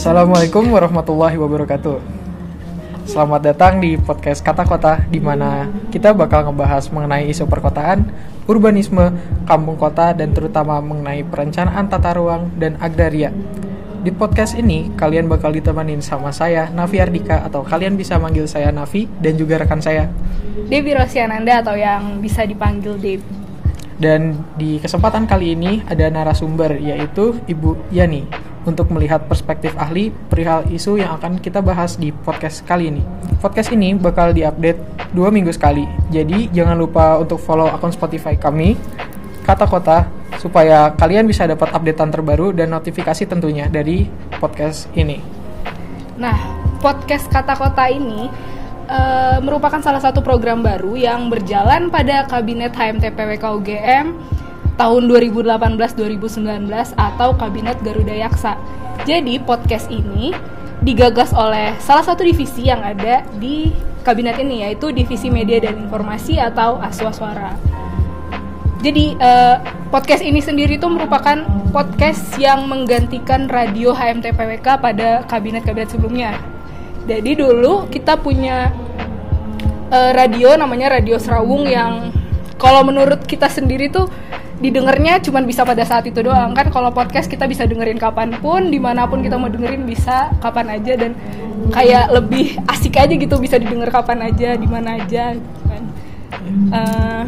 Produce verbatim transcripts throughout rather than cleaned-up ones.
Assalamualaikum warahmatullahi wabarakatuh. Selamat datang di podcast Kata Kota, di mana kita bakal ngebahas mengenai isu perkotaan, urbanisme, kampung kota, dan terutama mengenai perencanaan tata ruang dan agraria. Di podcast ini, kalian bakal ditemenin sama saya, Nafi Ardika, atau kalian bisa manggil saya Nafi, dan juga rekan saya, Debbie Rosiananda, atau yang bisa dipanggil Deb. Dan di kesempatan kali ini ada narasumber, yaitu Ibu Yani, untuk melihat perspektif ahli perihal isu yang akan kita bahas di podcast kali ini. Podcast ini bakal diupdate dua minggu sekali, jadi jangan lupa untuk follow akun Spotify kami, Kata Kota, supaya kalian bisa dapat updatean terbaru dan notifikasi tentunya dari podcast ini. Nah, podcast Kata Kota ini uh, merupakan salah satu program baru yang berjalan pada Kabinet H M T P W K U G M tahun dua ribu delapan belas dua ribu sembilan belas atau Kabinet Garuda Yaksa. Jadi podcast ini digagas oleh salah satu divisi yang ada di kabinet ini, yaitu Divisi Media dan Informasi atau Aswa Suara. Jadi eh, podcast ini sendiri itu merupakan podcast yang menggantikan radio H M T P W K pada kabinet-kabinet sebelumnya. Jadi dulu kita punya eh, radio namanya Radio Serawung yang kalau menurut kita sendiri tuh didengarnya cuma bisa pada saat itu doang. Kan kalau podcast kita bisa dengerin kapanpun, dimanapun kita mau dengerin bisa kapan aja, dan kayak lebih asik aja gitu, bisa didengar kapan aja, di mana aja gitu kan. Uh,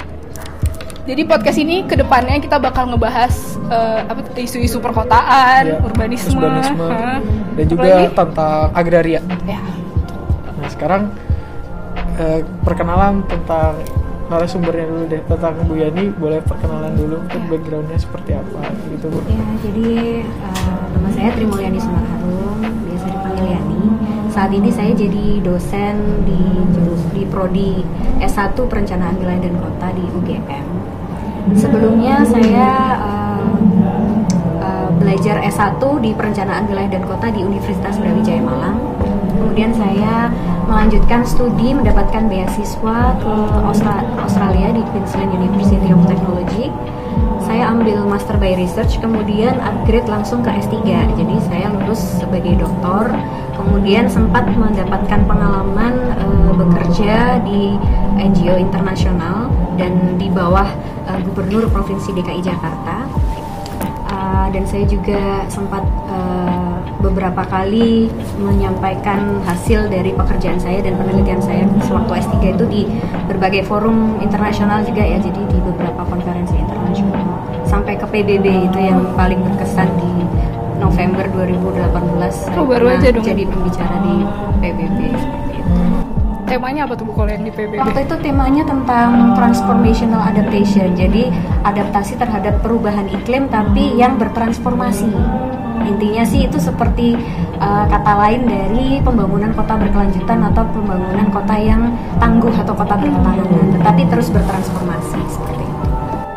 jadi podcast ini kedepannya kita bakal ngebahas uh, apa isu-isu perkotaan, ya, urbanisme, urbanisme uh, dan juga lagi? tentang agraria. Ya. Nah sekarang uh, perkenalan tentang narasumbernya dulu deh, tentang Bu Yani. Boleh perkenalan dulu untuk ya. backgroundnya seperti apa gitu Bu? Ya, jadi uh, nama saya Trimulyani Sumarharum, biasa dipanggil Yani. Saat ini saya jadi dosen di jurus di prodi S satu Perencanaan Wilayah dan Kota di U G M. Sebelumnya saya uh, uh, belajar S satu di Perencanaan Wilayah dan Kota di Universitas Brawijaya Malang. Kemudian saya melanjutkan studi, mendapatkan beasiswa ke Austra- Australia di Queensland University of Technology. Saya ambil Master by Research, kemudian upgrade langsung ke S tiga. Jadi saya lulus sebagai doktor, kemudian sempat mendapatkan pengalaman e, bekerja di N G O internasional dan di bawah e, Gubernur Provinsi D K I Jakarta. Uh, dan saya juga sempat uh, beberapa kali menyampaikan hasil dari pekerjaan saya dan penelitian saya sewaktu S tiga itu di berbagai forum internasional juga ya, jadi di beberapa konferensi internasional sampai ke P B B itu yang paling berkesan di November dua ribu delapan belas. Oh, baru aja dong. Jadi pembicara di P B B seperti itu. Temanya apa tuh Bu kalau yang di P B B? Waktu itu temanya tentang transformational adaptation, jadi adaptasi terhadap perubahan iklim tapi yang bertransformasi. Intinya sih itu seperti uh, kata lain dari pembangunan kota berkelanjutan atau pembangunan kota yang tangguh atau kota berketahanan, tetapi terus bertransformasi seperti itu.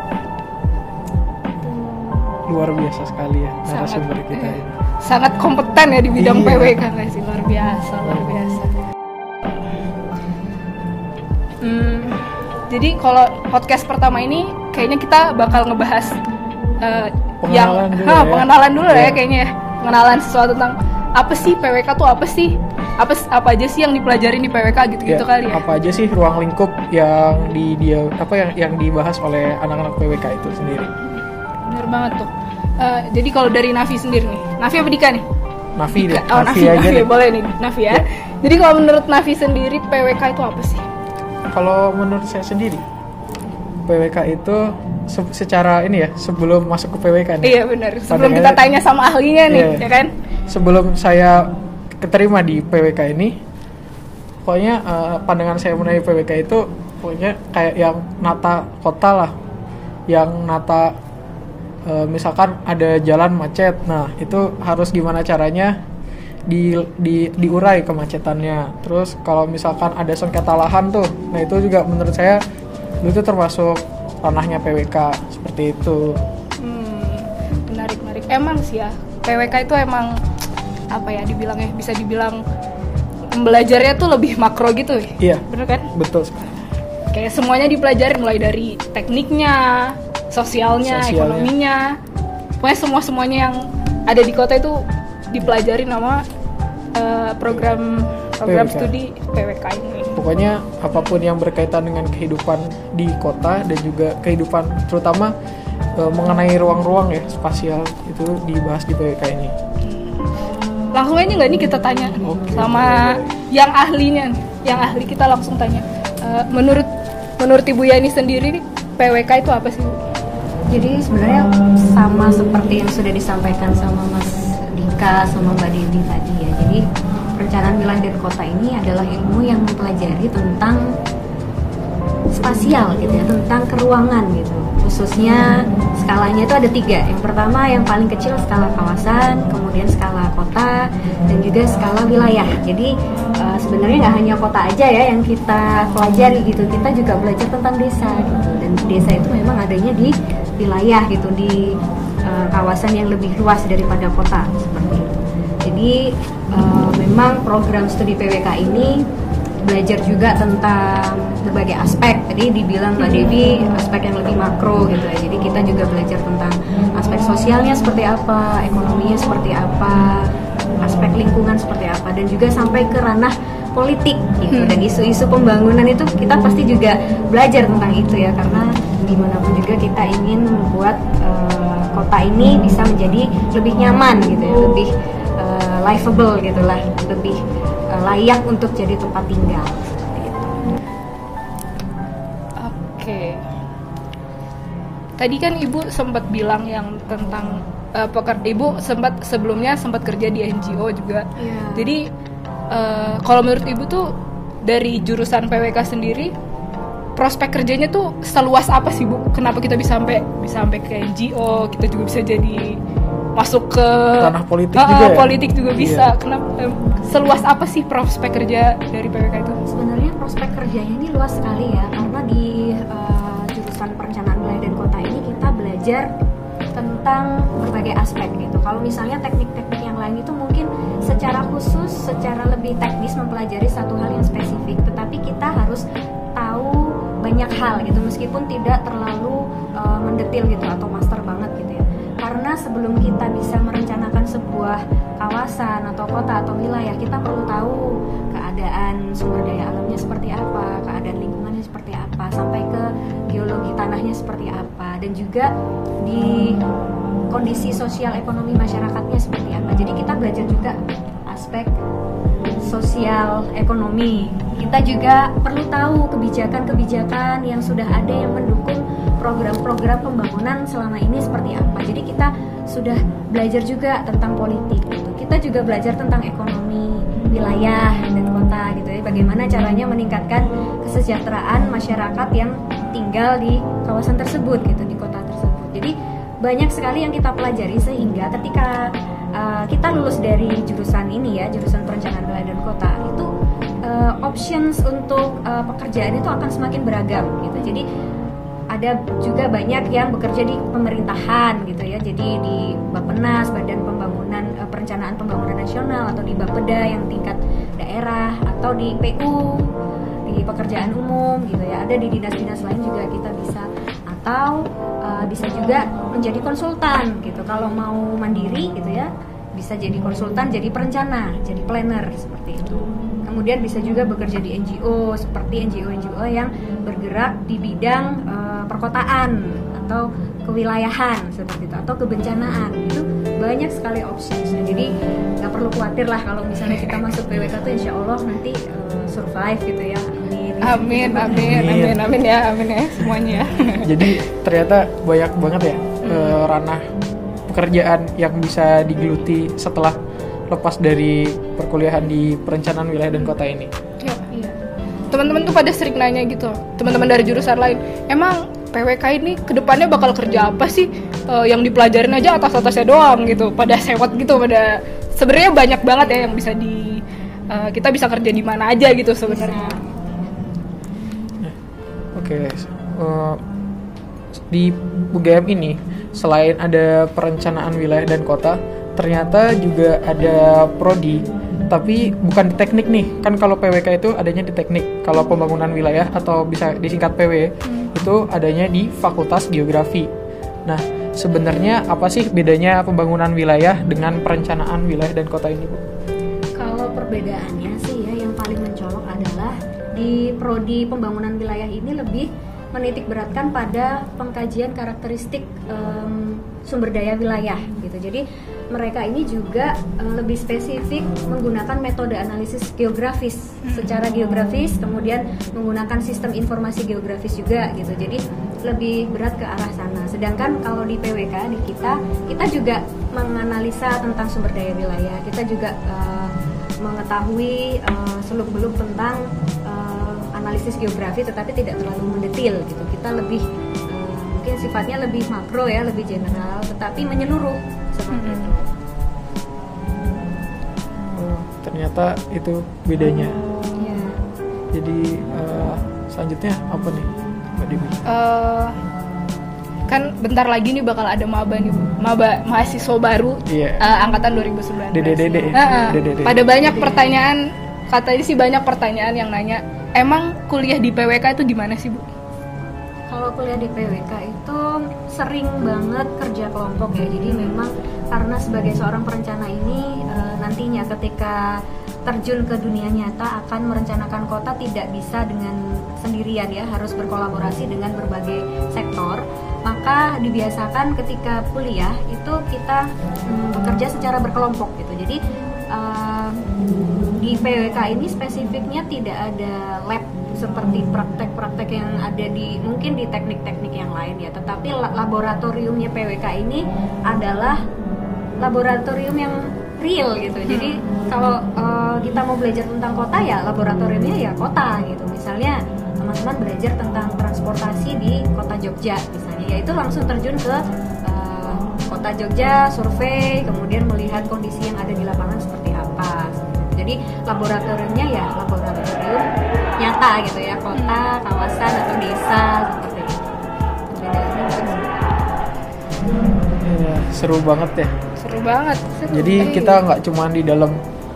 Luar biasa sekali ya narasumber kita ini. Sangat kompeten ya di bidang iya. P W K nggak sih, luar biasa, luar biasa. Hmm, jadi kalau podcast pertama ini kayaknya kita bakal ngebahas uh, yang dulu ha, ya. pengenalan dulu ya. ya kayaknya ya. Pengenalan sesuatu tentang apa sih P W K tuh, apa sih? Apa apa aja sih yang dipelajarin di P W K gitu-gitu Ya, kali ya. Apa aja sih ruang lingkup yang di dia apa yang yang dibahas oleh anak-anak P W K itu sendiri? Bener banget tuh. Uh, jadi kalau dari Nafi sendiri nih, Nafi apa Dika nih? Nafi deh. Oh, Nafi, aja Nafi deh. boleh nih, Nafi ya. Ya. Jadi kalau menurut Nafi sendiri P W K itu apa sih? Kalau menurut saya sendiri, P W K itu se- secara ini ya, sebelum masuk ke P W K nih. Iya benar. Sebelum Padahal, kita tanya sama ahlinya nih, iya, ya kan? Sebelum saya keterima di P W K ini, pokoknya uh, pandangan saya mengenai P W K itu pokoknya kayak yang nata kota lah, yang nata uh, misalkan ada jalan macet, nah itu harus gimana caranya di, di diurai kemacetannya. Terus kalau misalkan ada sengketa lahan tuh, nah itu juga menurut saya itu termasuk ranahnya P W K seperti itu. Hmm, menarik menarik. Emang sih ya, P W K itu emang apa ya dibilangnya, bisa dibilang belajarnya tuh lebih makro gitu ya. Iya. Bener kan? Betul sekali. Kayak semuanya dipelajari mulai dari tekniknya, sosialnya, Sosialnya. ekonominya. Pokoknya semua-semuanya yang ada di kota itu dipelajari nama uh, program program P W K. studi P W K ini. Pokoknya apapun yang berkaitan dengan kehidupan di kota dan juga kehidupan terutama e, mengenai ruang-ruang ya spasial itu dibahas di P W K ini. Langsung aja nggak nih kita tanya Oke. sama yang ahlinya, nih. Yang ahli kita langsung tanya. Uh, menurut menurut Ibu Yani sendiri nih, P W K itu apa sih, Bu? Jadi sebenarnya sama seperti yang sudah disampaikan sama Mas Dika sama Mbak Devi tadi ya. Jadi perencanaan wilayah dan kota ini adalah ilmu yang mempelajari tentang spasial gitu ya, tentang keruangan gitu. Khususnya skalanya itu ada tiga. Yang pertama yang paling kecil skala kawasan, kemudian skala kota, dan juga skala wilayah. Jadi uh, sebenarnya nggak hanya kota aja ya yang kita pelajari gitu, kita juga belajar tentang desa gitu. Dan desa itu memang adanya di wilayah gitu, di uh, kawasan yang lebih luas daripada kota seperti itu. Jadi uh, memang program studi P W K ini belajar juga tentang berbagai aspek. Tadi dibilang Mbak Devi aspek yang lebih makro gitu ya. Jadi kita juga belajar tentang aspek sosialnya seperti apa, ekonominya seperti apa, aspek lingkungan seperti apa, dan juga sampai ke ranah politik gitu. Dan isu-isu pembangunan itu kita pasti juga belajar tentang itu ya, karena dimanapun juga kita ingin membuat uh, kota ini bisa menjadi lebih nyaman gitu ya, lebih uh, livable gitulah, lebih uh, layak untuk jadi tempat tinggal. Oke. Tadi kan Ibu sempat bilang yang tentang uh, peker- Ibu sempat sebelumnya sempat kerja di N G O juga. Iya. Jadi uh, kalau menurut Ibu tuh dari jurusan P W K sendiri prospek kerjanya tuh seluas apa sih, Bu? Kenapa kita bisa sampai bisa sampai ke N G O, kita juga bisa jadi masuk ke Ranah politik uh, juga ya? politik juga bisa. Iya. Kenapa eh, seluas apa sih prospek kerja dari P W K itu? Sebenarnya prospek kerjanya ini luas sekali ya, karena di uh, jurusan perencanaan wilayah dan kota ini kita belajar tentang berbagai aspek gitu. Kalau misalnya teknik-teknik yang lain itu mungkin secara khusus, secara lebih teknis mempelajari satu hal yang spesifik, tetapi kita harus tahu banyak hal gitu, meskipun tidak terlalu uh, mendetil gitu atau master banget gitu ya. Karena sebelum kita bisa merencanakan sebuah kawasan atau kota atau wilayah, kita perlu tahu keadaan sumber daya alamnya seperti apa, keadaan lingkungannya seperti apa, sampai ke geologi tanahnya seperti apa, dan juga di kondisi sosial ekonomi masyarakatnya seperti apa. Jadi kita belajar juga aspek sosial ekonomi. Kita juga perlu tahu kebijakan-kebijakan yang sudah ada yang mendukung program-program pembangunan selama ini seperti apa. Jadi kita sudah belajar juga tentang politik gitu. Kita juga belajar tentang ekonomi wilayah dan kota gitu ya. Bagaimana caranya meningkatkan kesejahteraan masyarakat yang tinggal di kawasan tersebut gitu, di kota tersebut. Jadi banyak sekali yang kita pelajari, sehingga ketika uh, kita lulus dari jurusan ini ya, jurusan perencanaan wilayah dan kota, itu uh, options untuk uh, pekerjaan itu akan semakin beragam gitu. Jadi ada juga banyak yang bekerja di pemerintahan gitu ya, jadi di Bappenas, Badan Pembangunan uh, Perencanaan Pembangunan Nasional, atau di Bapeda yang tingkat daerah, atau di P U, di pekerjaan umum gitu ya. Ada di dinas-dinas lain juga kita bisa, atau uh, bisa juga menjadi konsultan gitu. Kalau mau mandiri gitu ya, bisa jadi konsultan, jadi perencana, jadi planner seperti itu. Kemudian bisa juga bekerja di N G O, seperti N G O N G O yang bergerak di bidang uh, perkotaan atau kewilayahan seperti itu, atau kebencanaan. Itu banyak sekali opsinya. Jadi nggak perlu khawatir lah kalau misalnya kita masuk P W K tuh insya Allah nanti uh, survive gitu ya. Amin, amin, amin, amin ya, amin ya semuanya. Jadi ternyata banyak banget ya hmm. eh, ranah pekerjaan yang bisa digeluti setelah lepas dari perkuliahan di perencanaan wilayah dan kota ini. Iya, iya. Teman-teman tuh pada sering nanya gitu, teman-teman dari jurusan lain, emang P W K ini kedepannya bakal kerja apa sih? Uh, yang dipelajarin aja atas-atasnya doang gitu, pada sewot gitu, pada sebenarnya banyak banget ya yang bisa di uh, kita bisa kerja di mana aja gitu sebenarnya. Oke, okay. uh, di U G M ini selain ada perencanaan wilayah dan kota, ternyata juga ada prodi, tapi bukan di teknik nih. Kan kalau P W K itu adanya di teknik. Kalau pembangunan wilayah atau bisa disingkat P W, hmm. itu adanya di Fakultas Geografi. Nah, sebenarnya apa sih bedanya pembangunan wilayah dengan perencanaan wilayah dan kota ini, Bu? Kalau perbedaannya sih ya yang paling mencolok adalah di prodi pembangunan wilayah ini lebih menitik beratkan pada pengkajian karakteristik um, sumber daya wilayah gitu. Jadi mereka ini juga um, lebih spesifik menggunakan metode analisis geografis secara geografis, kemudian menggunakan sistem informasi geografis juga gitu. Jadi lebih berat ke arah sana. Sedangkan kalau di P W K di kita kita juga menganalisa tentang sumber daya wilayah. Kita juga uh, mengetahui uh, seluk-beluk tentang uh, analisis geografi, tetapi tidak terlalu mendetil gitu. Kita lebih uh, mungkin sifatnya lebih makro ya, lebih general, tetapi menyeluruh seperti itu. Oh, ternyata itu bedanya. Ya. Jadi uh, selanjutnya apa nih, Mbak Dewi? Uh, kan bentar lagi nih bakal ada maba nih, Bu. Maba mahasiswa baru Iya. uh, angkatan dua ribu sembilan belas. Dede-dede. Heeh. Dede-dede. Pada banyak pertanyaan, katanya sih banyak pertanyaan yang nanya, emang kuliah di P W K itu gimana sih, Bu? Kalau kuliah di P W K itu sering banget kerja kelompok ya. Jadi memang karena sebagai seorang perencana ini e, nantinya ketika terjun ke dunia nyata akan merencanakan kota tidak bisa dengan sendirian ya, harus berkolaborasi dengan berbagai sektor. Maka dibiasakan ketika kuliah itu kita mm, bekerja secara berkelompok gitu. Jadi e, di P W K ini spesifiknya tidak ada lab seperti praktek-praktek yang ada di mungkin di teknik-teknik yang lain ya, tetapi laboratoriumnya P W K ini adalah laboratorium yang real gitu. Jadi kalau uh, kita mau belajar tentang kota ya laboratoriumnya ya kota gitu. Misalnya teman-teman belajar tentang transportasi di kota Jogja misalnya, ya itu langsung terjun ke uh, kota Jogja, survei, kemudian melihat kondisi yang ada di lapangan seperti apa. Jadi laboratoriumnya ya laboratorium nyata gitu ya, kota, kawasan atau desa seperti itu. Bedanya gitu. Ya, seru banget ya. Seru banget. Seru. Jadi Eh, kita nggak cuma di dalam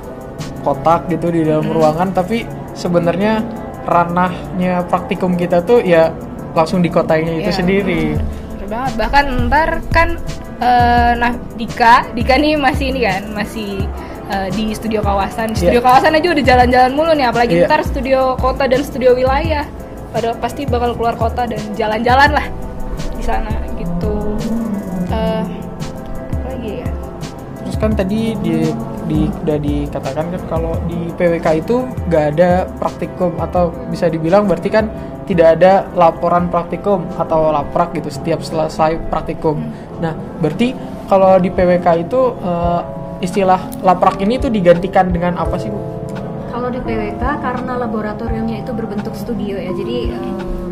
kotak gitu, di dalam Hmm. ruangan, tapi sebenarnya ranahnya praktikum kita tuh ya langsung di kotanya itu Iya. sendiri. seru banget. Bahkan ntar kan eh, nah Dika, Dika nih masih ini kan, masih eh, di studio kawasan. Di studio Iya. kawasan aja udah jalan-jalan mulu nih, apalagi Iya. ntar studio kota dan studio wilayah. Pada pasti bakal keluar kota dan jalan-jalan lah di sana gitu. Eh, apa lagi ya? Terus kan tadi di, di udah dikatakan kan kalau di P W K itu nggak ada praktikum, atau bisa dibilang berarti kan tidak ada laporan praktikum atau laprak gitu setiap selesai praktikum. Nah, berarti kalau di P W K itu eh, istilah laprak ini tuh digantikan dengan apa sih, Bu? Kalau di P W K karena laboratoriumnya itu berbentuk studio ya, jadi eh,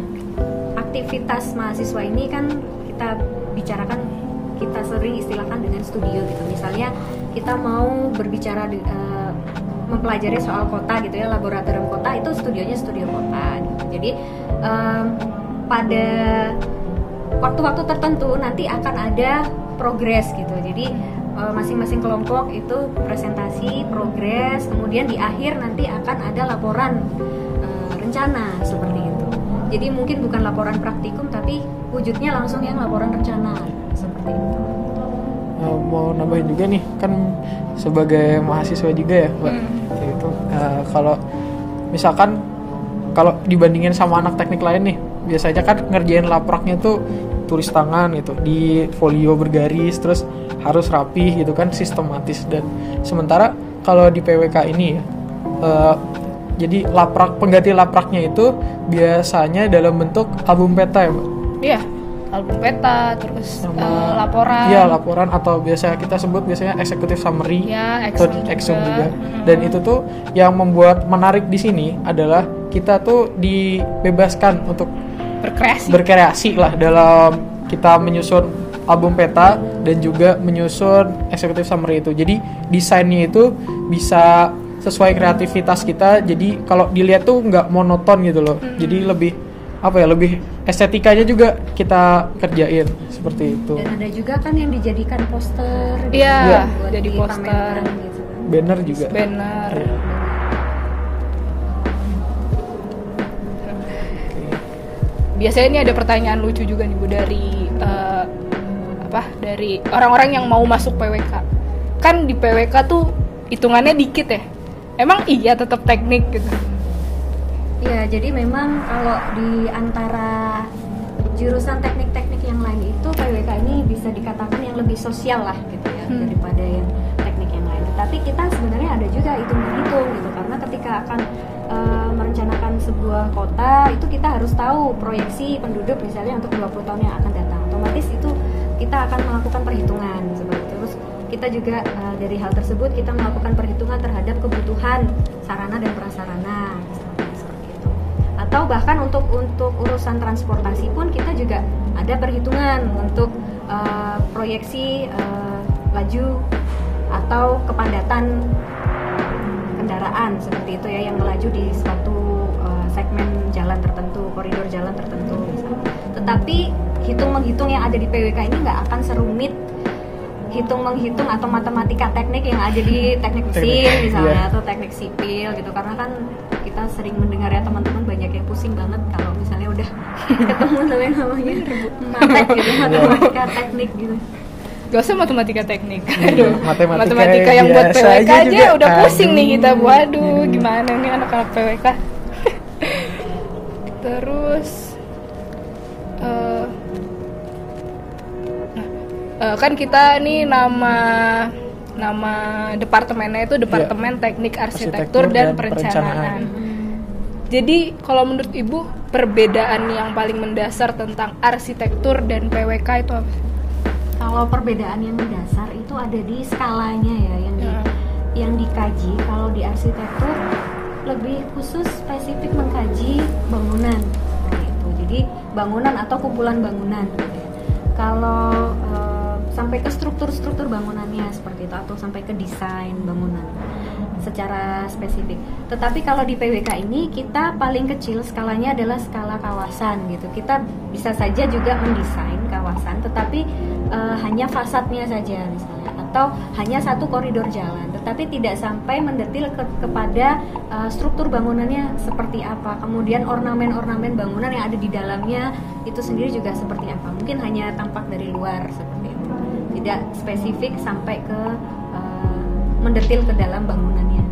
aktivitas mahasiswa ini kan kita bicarakan, kita sering istilahkan dengan studio gitu. Misalnya kita mau berbicara di, eh, mempelajari soal kota gitu ya, laboratorium kota itu studionya studio kota gitu. Jadi em, pada waktu-waktu tertentu nanti akan ada progres gitu. Jadi eh, masing-masing kelompok itu presentasi progres, kemudian di akhir nanti akan ada laporan eh, rencana seperti itu. Jadi mungkin bukan laporan praktikum tapi wujudnya langsung yang laporan rencana seperti itu. Uh, mau nambahin juga nih, kan sebagai mahasiswa juga ya, Mbak. Hmm. Itu uh, kalau misalkan kalau dibandingin sama anak teknik lain nih, biasanya kan ngerjain lapraknya tuh tulis tangan gitu, di folio bergaris, terus harus rapi gitu kan, sistematis. Dan sementara kalau di P W K ini ya, uh, jadi laprak, pengganti lapraknya itu biasanya dalam bentuk album peta ya, Mbak. Iya, album peta, terus Sama- eh, laporan. Iya, laporan, atau biasa kita sebut biasanya executive summary Ya, atau exum juga. exum juga. Mm. Dan itu tuh yang membuat menarik di sini adalah kita tuh dibebaskan untuk Berkreasi. berkreasi lah dalam kita menyusun album peta dan juga menyusun executive summary itu. Jadi desainnya itu bisa sesuai kreativitas kita. Jadi kalau dilihat tuh nggak monoton gitu loh. Hmm. Jadi lebih apa ya, lebih estetikanya juga kita kerjain seperti itu. Dan ada juga kan yang dijadikan poster gitu, Iya, buat jadi dipamerkan poster. gitu kan. Banner juga. Banner. Iya. Biasanya ini ada pertanyaan lucu juga nih, Bu, dari eh, apa dari orang-orang yang mau masuk P W K. Kan di P W K tuh hitungannya dikit ya. Emang iya tetap teknik gitu. Ya, jadi memang kalau di antara jurusan teknik-teknik yang lain itu P W K ini bisa dikatakan yang lebih sosial lah gitu ya hmm. daripada yang teknik yang lain. Tapi kita sebenarnya ada juga hitung-hitung gitu, karena ketika akan uh, merencanakan sebuah kota itu kita harus tahu proyeksi penduduk misalnya untuk dua puluh tahun yang akan datang. Otomatis itu kita akan melakukan perhitungan seperti itu. Terus kita juga uh, dari hal tersebut kita melakukan perhitungan terhadap kebutuhan sarana dan prasarana misalnya seperti itu. Atau bahkan untuk untuk urusan transportasi pun kita juga ada perhitungan untuk uh, proyeksi uh, laju atau kepadatan kendaraan seperti itu ya yang melaju di suatu uh, segmen jalan tertentu, koridor jalan tertentu misalnya. Tetapi hitung menghitung yang ada di P W K ini nggak akan serumit hitung menghitung atau matematika teknik yang ada di teknik mesin misalnya atau teknik sipil gitu, karena kan kita sering mendengar ya teman-teman banyak yang pusing banget kalau misalnya udah ketemu sama yang namanya matek gitu, matematika teknik gitu. Gak usah matematika teknik. Aduh, matematika, matematika yang buat P W K aja juga, udah pusing aduh. nih kita. Waduh, gimana nih anak-anak P W K. Terus uh, nah, uh, kan kita nih nama nama departemennya itu Departemen yeah. Teknik Arsitektur, Arsitektur dan, dan Perencanaan. Perencanaan. Jadi kalau menurut Ibu perbedaan yang paling mendasar tentang arsitektur dan P W K itu apa? Kalau perbedaan yang mendasar itu ada di skalanya ya yang di, ya. yang dikaji. Kalau di arsitektur lebih khusus spesifik mengkaji bangunan gitu. Jadi bangunan atau kumpulan bangunan gitu ya. Kalau e, sampai ke struktur-struktur bangunannya seperti itu atau sampai ke desain bangunan secara spesifik. Tetapi kalau di P W K ini kita paling kecil skalanya adalah skala kawasan gitu. Kita bisa saja juga mendesain kawasan tetapi uh, hanya fasadnya saja misalnya atau hanya satu koridor jalan, tetapi tidak sampai mendetil ke, kepada uh, struktur bangunannya seperti apa, kemudian ornamen-ornamen bangunan yang ada di dalamnya itu sendiri juga seperti apa. Mungkin hanya tampak dari luar seperti itu, tidak spesifik sampai ke uh, mendetil ke dalam bangunannya.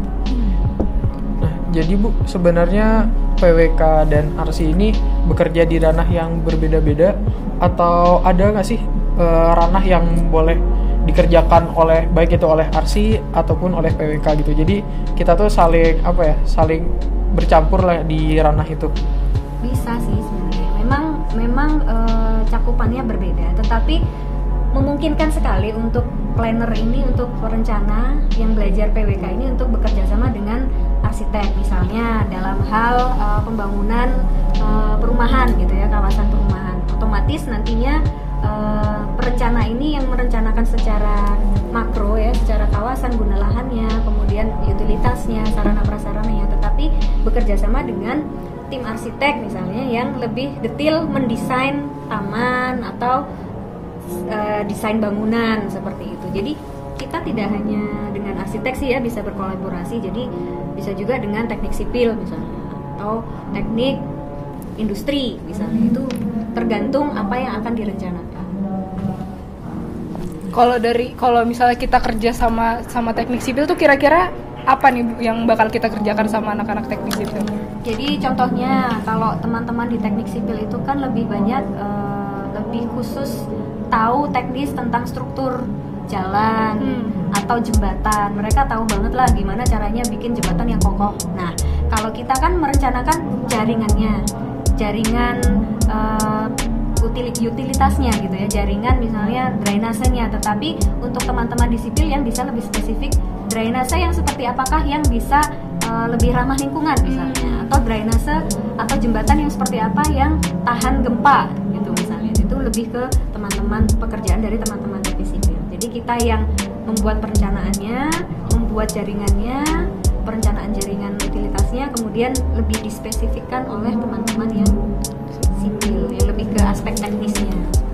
Nah, jadi Bu, sebenarnya P W K dan A R S I ini bekerja di ranah yang berbeda-beda atau ada nggak sih e, ranah yang boleh dikerjakan oleh baik itu oleh A R S I ataupun oleh P W K gitu. Jadi kita tuh saling apa ya, saling bercampur lah di ranah itu. Bisa sih sebenarnya. Memang memang e, cakupannya berbeda, tetapi memungkinkan sekali untuk planner ini, untuk perencana yang belajar P W K ini untuk bekerja sama dengan arsitek misalnya dalam hal uh, pembangunan uh, perumahan gitu ya, kawasan perumahan. Otomatis nantinya uh, perencana ini yang merencanakan secara makro ya, secara kawasan, guna lahannya, kemudian utilitasnya, sarana prasarananya, tetapi bekerja sama dengan tim arsitek misalnya yang lebih detail mendesain taman atau Uh, desain bangunan seperti itu. Jadi kita tidak hanya dengan arsitek sih ya bisa berkolaborasi, jadi bisa juga dengan teknik sipil misalnya atau teknik industri misalnya. Itu tergantung apa yang akan direncanakan. Kalau dari kalau misalnya kita kerja sama sama teknik sipil tuh kira-kira apa nih Bu yang bakal kita kerjakan sama anak-anak teknik sipil? Jadi contohnya kalau teman-teman di teknik sipil itu kan lebih banyak uh, lebih khusus tahu teknis tentang struktur jalan hmm. atau jembatan. Mereka tahu banget lah gimana caranya bikin jembatan yang kokoh. Nah, kalau kita kan merencanakan jaringannya, jaringan uh, utilitasnya gitu ya, jaringan misalnya drainasenya. Tetapi untuk teman-teman di sipil yang bisa lebih spesifik, drainase yang seperti apakah yang bisa uh, lebih ramah lingkungan misalnya, hmm. atau drainase atau jembatan yang seperti apa yang tahan gempa gitu misalnya. Itu lebih ke teman-teman pekerjaan dari teman-teman teknik sipil. Jadi kita yang membuat perencanaannya, membuat jaringannya, perencanaan jaringan utilitasnya, kemudian lebih dispesifikkan oleh teman-teman yang sipil, yang lebih ke aspek teknisnya.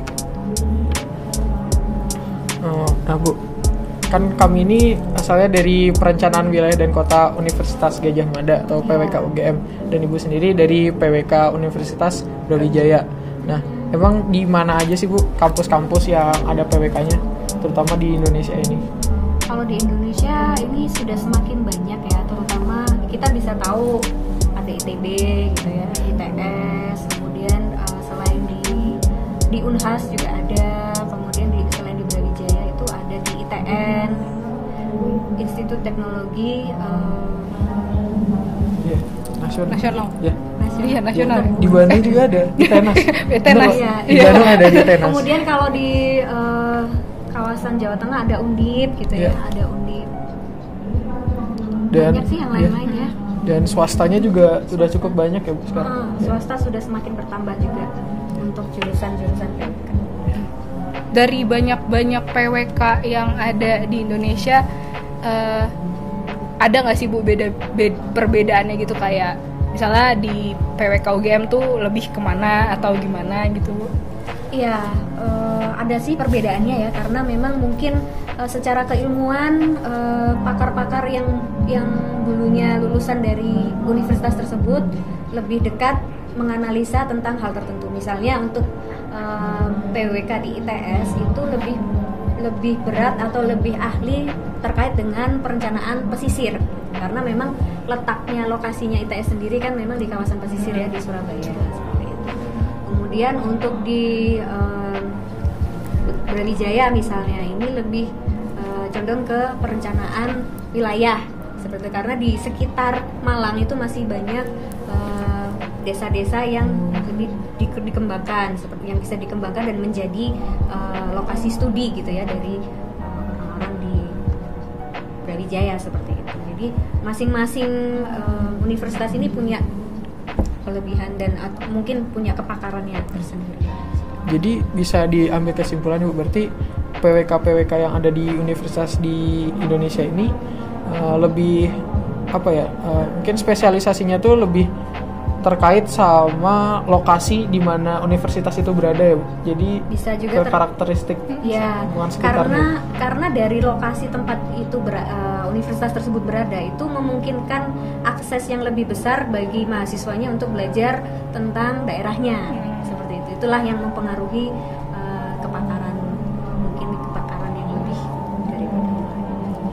Oh, nah Bu, kan kami ini asalnya dari Perencanaan Wilayah dan Kota Universitas Gadjah Mada atau P W K U G M, dan Ibu sendiri dari P W K Universitas Brawijaya. Nah, Emang di mana aja sih Bu kampus-kampus yang ada P W K-nya, terutama di Indonesia ini? Kalau di Indonesia ini sudah semakin banyak ya, terutama kita bisa tahu ada I T B gitu ya, I T S, kemudian uh, selain di di Unhas juga ada, kemudian di selain di Brawijaya itu ada di I T N, Institut Teknologi uh, yeah, nasional. Nasional. Yeah. Iya, nasional. Ya, di Bandung juga ada di Tenas. Tenas. Ya, di Bandung ada di Tenas. Kemudian kalau di uh, kawasan Jawa Tengah ada Undip gitu ya, ya. ada Undip. Dan, banyak sih yang lain-lain ya. Dan swastanya juga sudah cukup banyak ya Bu sekarang. Uh, swasta sudah semakin bertambah juga untuk jurusan-jurusan P W K. Dari banyak-banyak P W K yang ada di Indonesia, uh, ada nggak sih Bu beda, beda perbedaannya gitu, kayak misalnya di P W K U G M tuh lebih kemana atau gimana gitu Bu? Iya, uh, ada sih perbedaannya ya, karena memang mungkin uh, secara keilmuan uh, pakar-pakar yang yang dulunya lulusan dari universitas tersebut lebih dekat menganalisa tentang hal tertentu. Misalnya untuk uh, P W K di I T S itu lebih lebih berat atau lebih ahli terkait dengan perencanaan pesisir, karena memang letaknya lokasinya I T S sendiri kan memang di kawasan pesisir ya, di Surabaya seperti itu. Kemudian untuk di uh, Brawijaya misalnya ini lebih uh, condong ke perencanaan wilayah seperti itu, karena di sekitar Malang itu masih banyak uh, desa-desa yang lebih di, dikembangkan, seperti yang bisa dikembangkan dan menjadi uh, lokasi studi gitu ya dari orang-orang di Brawijaya seperti itu. Jadi masing-masing uh, universitas ini punya kelebihan dan atau mungkin punya kepakarannya tersendiri. Jadi bisa diambil kesimpulannya Bu, berarti P W K P W K yang ada di universitas di Indonesia ini uh, lebih apa ya? Uh, mungkin spesialisasinya tuh lebih terkait sama lokasi di mana universitas itu berada ya Bu. Jadi bisa juga ke karakteristik ya, karena karena dari lokasi tempat itu ber, uh, universitas tersebut berada itu memungkinkan akses yang lebih besar bagi mahasiswanya untuk belajar tentang daerahnya. Seperti itu. Itulah yang mempengaruhi uh, kepakaran, mungkin kepakaran yang lebih daripada yang lain.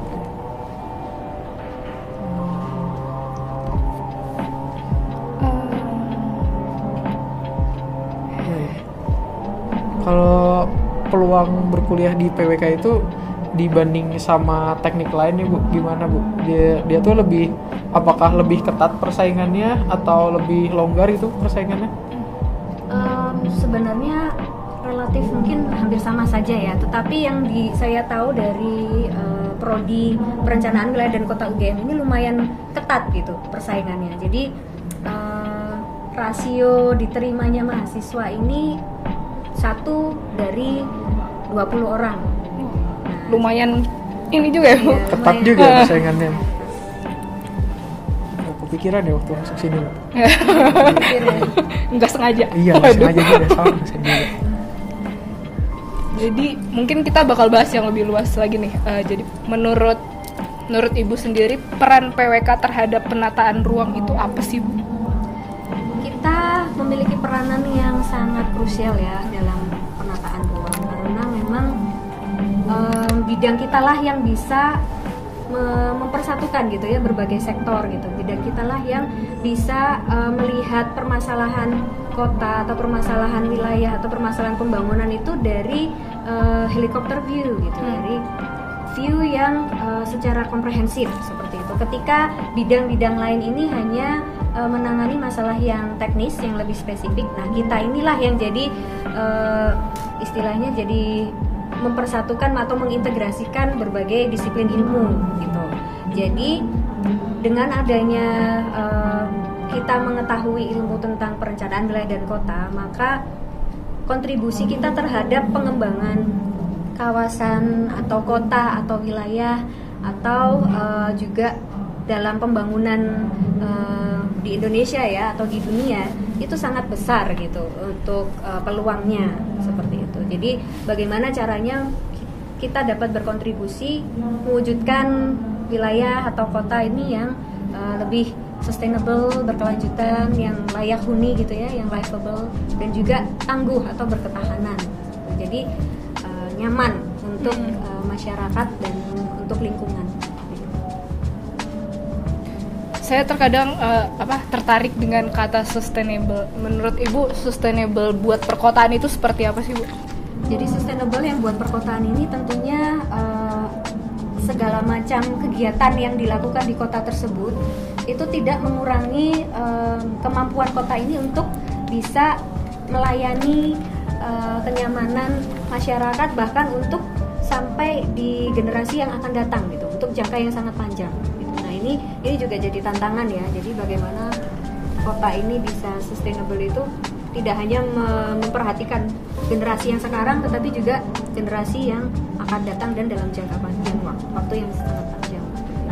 Kalau peluang berkuliah di P W K itu dibanding sama teknik lain nih Bu, gimana Bu? Dia dia tuh lebih, apakah lebih ketat persaingannya atau lebih longgar itu persaingannya? Um, sebenarnya relatif mungkin hampir sama saja ya. Tetapi yang di, saya tahu dari uh, prodi perencanaan wilayah dan kota U G M ini lumayan ketat gitu persaingannya. Jadi uh, rasio diterimanya mahasiswa ini satu dari dua puluh orang. Nah, lumayan ini juga ya Bu? Iya, Ketat lumayan. juga persaingannya. Gak kepikiran ya waktu masuk sini Bu. Nggak sengaja. Iya, nggak sengaja juga, salah sengaja. Jadi mungkin kita bakal bahas yang lebih luas lagi nih. Uh, jadi menurut menurut Ibu sendiri peran P W K terhadap penataan ruang itu apa sih Bu? Kita memiliki peranan yang sangat krusial ya dalam penataan ruang, karena memang um, bidang kita lah yang bisa me- mempersatukan gitu ya berbagai sektor gitu. Bidang kita lah yang bisa uh, melihat permasalahan kota atau permasalahan wilayah atau permasalahan pembangunan itu dari uh, helikopter view gitu, hmm. dari view yang uh, secara komprehensif seperti itu. Ketika bidang-bidang lain ini hanya uh, menangani masalah yang teknis, yang lebih spesifik, nah kita inilah yang jadi uh, istilahnya jadi mempersatukan atau mengintegrasikan berbagai disiplin ilmu gitu. Jadi dengan adanya uh, kita mengetahui ilmu tentang perencanaan wilayah dan kota, maka kontribusi kita terhadap pengembangan kawasan atau kota atau wilayah atau uh, juga dalam pembangunan uh, di Indonesia ya atau di dunia itu sangat besar gitu untuk uh, peluangnya seperti itu. Jadi bagaimana caranya kita dapat berkontribusi mewujudkan wilayah atau kota ini yang uh, lebih sustainable, berkelanjutan, yang layak huni gitu ya, yang livable, dan juga tangguh atau berketahanan. Jadi uh, nyaman untuk uh, masyarakat dan untuk lingkungan. Saya terkadang uh, apa tertarik dengan kata sustainable. Menurut Ibu, sustainable buat perkotaan itu seperti apa sih, Bu? Jadi sustainable yang buat perkotaan ini tentunya uh, segala macam kegiatan yang dilakukan di kota tersebut itu tidak mengurangi uh, kemampuan kota ini untuk bisa melayani uh, kenyamanan masyarakat, bahkan untuk sampai di generasi yang akan datang gitu, untuk jangka yang sangat panjang. Ini ini juga jadi tantangan ya. Jadi bagaimana kota ini bisa sustainable itu tidak hanya memperhatikan generasi yang sekarang, tetapi juga generasi yang akan datang dan dalam jangka panjang, waktu yang sangat panjang.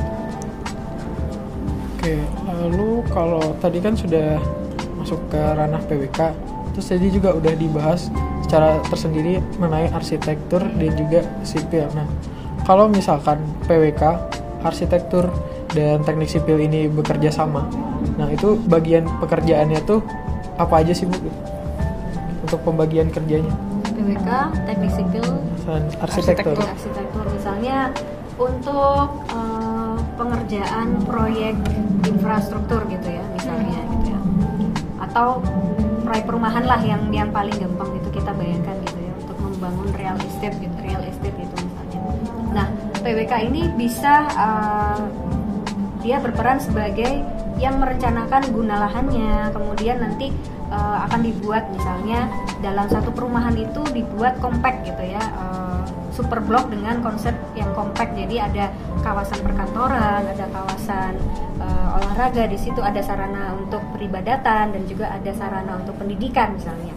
Oke, lalu kalau tadi kan sudah masuk ke ranah P W K, terus tadi juga udah dibahas secara tersendiri mengenai arsitektur dan juga sipil. Nah, kalau misalkan P W K, arsitektur dan teknik sipil ini bekerja sama, nah itu bagian pekerjaannya tuh apa aja sih, Bu, untuk pembagian kerjanya? P W K, teknik sipil, dan arsitektur. Arsitektur misalnya untuk uh, pengerjaan proyek infrastruktur gitu ya, misalnya gitu ya, atau proyek perumahan lah yang yang paling gampang itu kita bayangkan gitu ya, untuk membangun real estate gitu, real estate gitu misalnya. Nah, P W K ini bisa uh, dia berperan sebagai yang merencanakan guna lahannya, kemudian nanti uh, akan dibuat misalnya dalam satu perumahan itu dibuat compact gitu ya, uh, super block dengan konsep yang compact. Jadi ada kawasan perkantoran, ada kawasan uh, olahraga, di situ ada sarana untuk peribadatan dan juga ada sarana untuk pendidikan misalnya.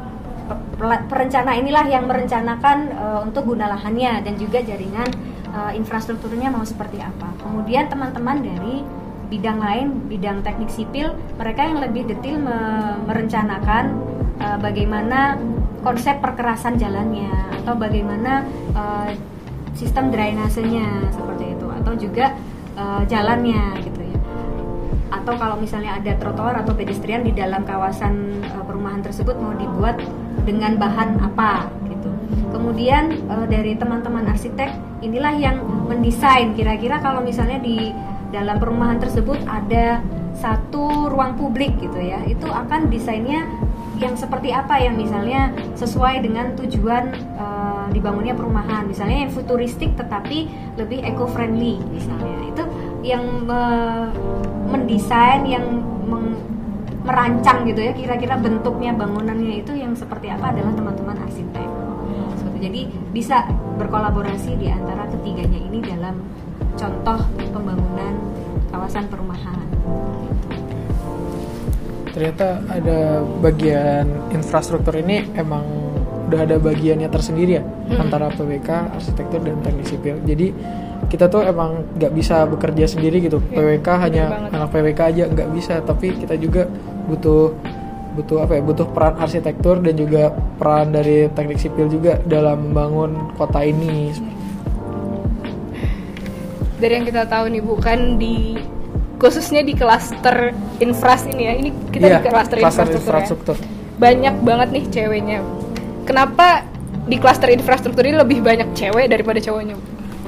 Perencana inilah yang merencanakan uh, untuk guna lahannya dan juga jaringan uh, infrastrukturnya mau seperti apa. Kemudian teman-teman dari bidang lain, bidang teknik sipil, mereka yang lebih detail me- merencanakan uh, bagaimana konsep perkerasan jalannya, atau bagaimana uh, sistem drainasenya seperti itu, atau juga uh, jalannya gitu ya. Atau kalau misalnya ada trotoar atau pedestrian di dalam kawasan uh, perumahan tersebut mau dibuat dengan bahan apa gitu. Kemudian uh, dari teman-teman arsitek inilah yang mendesain kira-kira kalau misalnya di dalam perumahan tersebut ada satu ruang publik gitu ya, itu akan desainnya yang seperti apa, yang misalnya sesuai dengan tujuan uh, dibangunnya perumahan, misalnya yang futuristik tetapi lebih eco-friendly misalnya. Itu yang uh, mendesain, yang meng- merancang gitu ya, kira-kira bentuknya bangunannya itu yang seperti apa adalah teman-teman arsitek. Jadi bisa berkolaborasi di antara ketiganya ini dalam contoh pembangunan kawasan perumahan. Ternyata ada bagian infrastruktur ini emang udah ada bagiannya tersendiri ya, hmm. antara P W K, arsitektur dan teknik sipil. Jadi kita tuh emang nggak bisa bekerja sendiri gitu. Ya, P W K hanya anak P W K aja nggak bisa, tapi kita juga butuh butuh apa ya? Butuh peran arsitektur dan juga peran dari teknik sipil juga dalam membangun kota ini. Dari yang kita tahu nih, bukan di khususnya di klaster infras ini ya. Ini kita yeah, di klaster infrastruktur, infrastruktur ya. Banyak banget nih ceweknya. Kenapa di klaster infrastruktur ini lebih banyak cewek daripada cowoknya?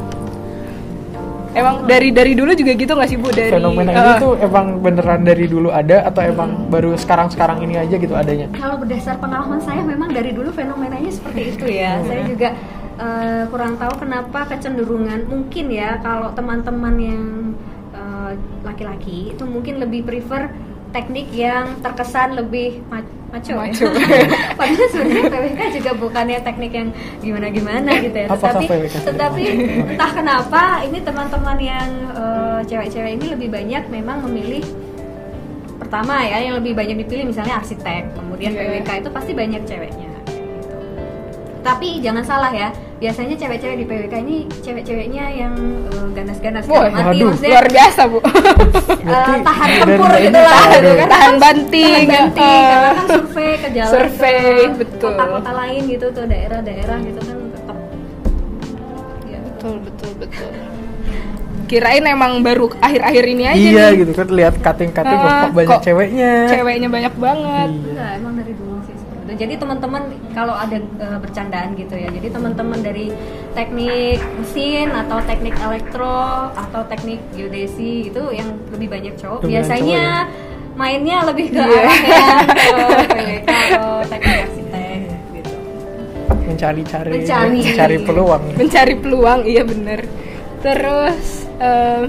Emang dari dari dulu juga gitu nggak sih, Bu? Dari fenomena uh, ini tuh emang beneran dari dulu ada atau emang hmm. baru sekarang-sekarang ini aja gitu adanya? Kalau berdasar pengalaman saya memang dari dulu fenomenanya seperti itu ya. Saya juga uh, kurang tahu kenapa kecenderungan, mungkin ya kalau teman-teman yang uh, laki-laki itu mungkin lebih prefer teknik yang terkesan lebih maco, maco. Ya. Padahal sebenarnya P W K juga bukannya teknik yang gimana-gimana gitu ya. Tetapi, tetapi entah kenapa ini teman-teman yang uh, cewek-cewek ini lebih banyak memang memilih, pertama ya yang lebih banyak dipilih misalnya arsitek, kemudian yeah. P W K itu pasti banyak ceweknya. Tapi jangan salah ya, biasanya cewek-cewek di P W K ini cewek-ceweknya yang uh, ganas-ganas, oh, mati maksudnya luar biasa, Bu. uh, tahan tempur gitu lah, kan? Tahan banting, tahan banting. Uh, karena kan survei ke jalan, survei, ke betul. kota-kota lain gitu, ke daerah-daerah gitu kan tetap. Ya, betul, betul, betul. kirain emang baru akhir-akhir ini aja iya nih. gitu kan, lihat cutting-cutting Uh, kok banyak kok ceweknya. Ceweknya banyak banget. Iya. Enggak, emang dari dulu sih seperti itu. Jadi teman-teman kalau ada uh, bercandaan gitu ya. Jadi teman-teman dari teknik mesin atau teknik elektro atau teknik geodesi itu yang lebih banyak cowok. Lebih Biasanya banyak cowok mainnya lebih ke Iya. arah yang ke P W K atau teknik arsitek gitu. Mencari-cari Mencari. mencari peluang. Mencari peluang, iya bener. Terus eh,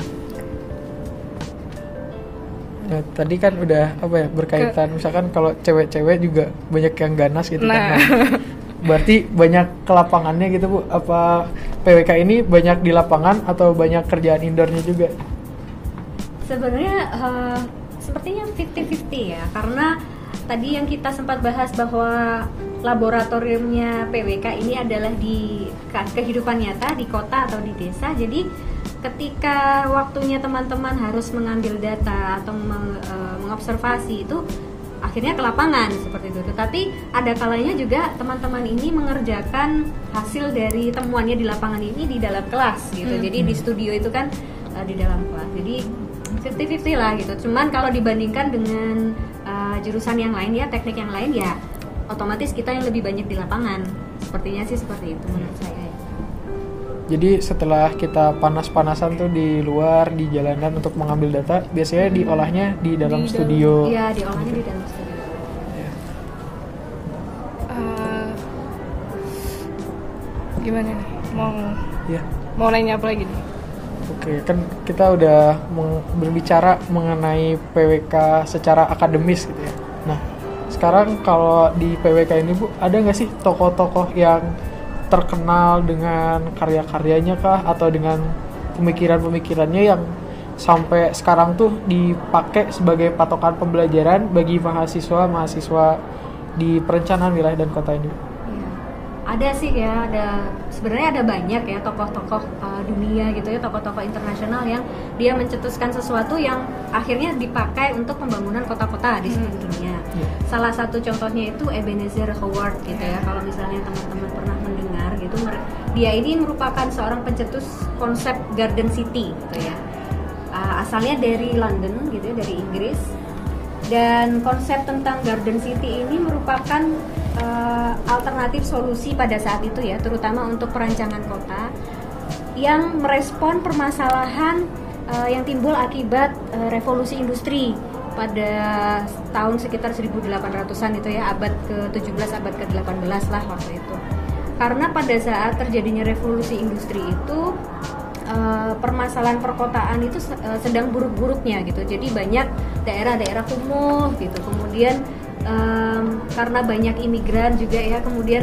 Nah, tadi kan udah apa ya berkaitan misalkan kalau cewek-cewek juga banyak yang ganas gitu Nah. kan. Nah, berarti banyak ke lapangannya gitu Bu. Apa P W K ini banyak di lapangan atau banyak kerjaan indoornya juga? Sebenarnya uh, sepertinya fifty fifty ya, karena tadi yang kita sempat bahas bahwa laboratoriumnya P W K ini adalah di ke- kehidupan nyata di kota atau di desa. Jadi ketika waktunya teman-teman harus mengambil data atau meng- uh, mengobservasi itu akhirnya ke lapangan seperti itu. Tetapi ada kalanya juga teman-teman ini mengerjakan hasil dari temuannya di lapangan ini di dalam kelas gitu. Hmm. Jadi di studio itu kan uh, di dalam kelas. Jadi fifty fifty lah gitu. Cuman kalau dibandingkan dengan uh, jurusan yang lain ya, teknik yang lain ya, otomatis kita yang lebih banyak di lapangan. Sepertinya sih seperti itu menurut saya. Ya. Jadi setelah kita panas-panasan tuh di luar di jalanan untuk mengambil data, biasanya diolahnya di dalam Di studio. Iya, diolahnya di dalam studio. eh, gimana nih? Mau Ya. mau nanya apa lagi nih? Oke, kan kita udah meng- berbicara mengenai P W K secara akademis gitu ya. Nah, sekarang kalau di P W K ini Bu, ada nggak sih tokoh-tokoh yang terkenal dengan karya-karyanya kah atau dengan pemikiran-pemikirannya yang sampai sekarang tuh dipakai sebagai patokan pembelajaran bagi mahasiswa-mahasiswa di perencanaan wilayah dan kota ini? Iya. Ada sih ya, ada sebenarnya ada banyak ya tokoh-tokoh uh, dunia gitu ya, tokoh-tokoh internasional yang dia mencetuskan sesuatu yang akhirnya dipakai untuk pembangunan kota-kota di seluruh dunia. Iya. Salah satu contohnya itu Ebenezer Howard gitu ya. Kalau misalnya teman-teman pernah mendengar gitu, mer- dia ini merupakan seorang pencetus konsep Garden City gitu ya. Uh, asalnya dari London gitu ya, dari Inggris. Dan konsep tentang Garden City ini merupakan uh, alternatif solusi pada saat itu ya, terutama untuk perancangan kota yang merespon permasalahan uh, yang timbul akibat uh, revolusi industri pada tahun sekitar seribu delapan ratusan itu ya, abad ke tujuh belas, abad ke delapan belas lah waktu itu. Karena pada saat terjadinya revolusi industri itu Uh, permasalahan perkotaan itu uh, sedang buruk-buruknya gitu. Jadi banyak daerah-daerah kumuh gitu. Kemudian um, karena banyak imigran juga ya, kemudian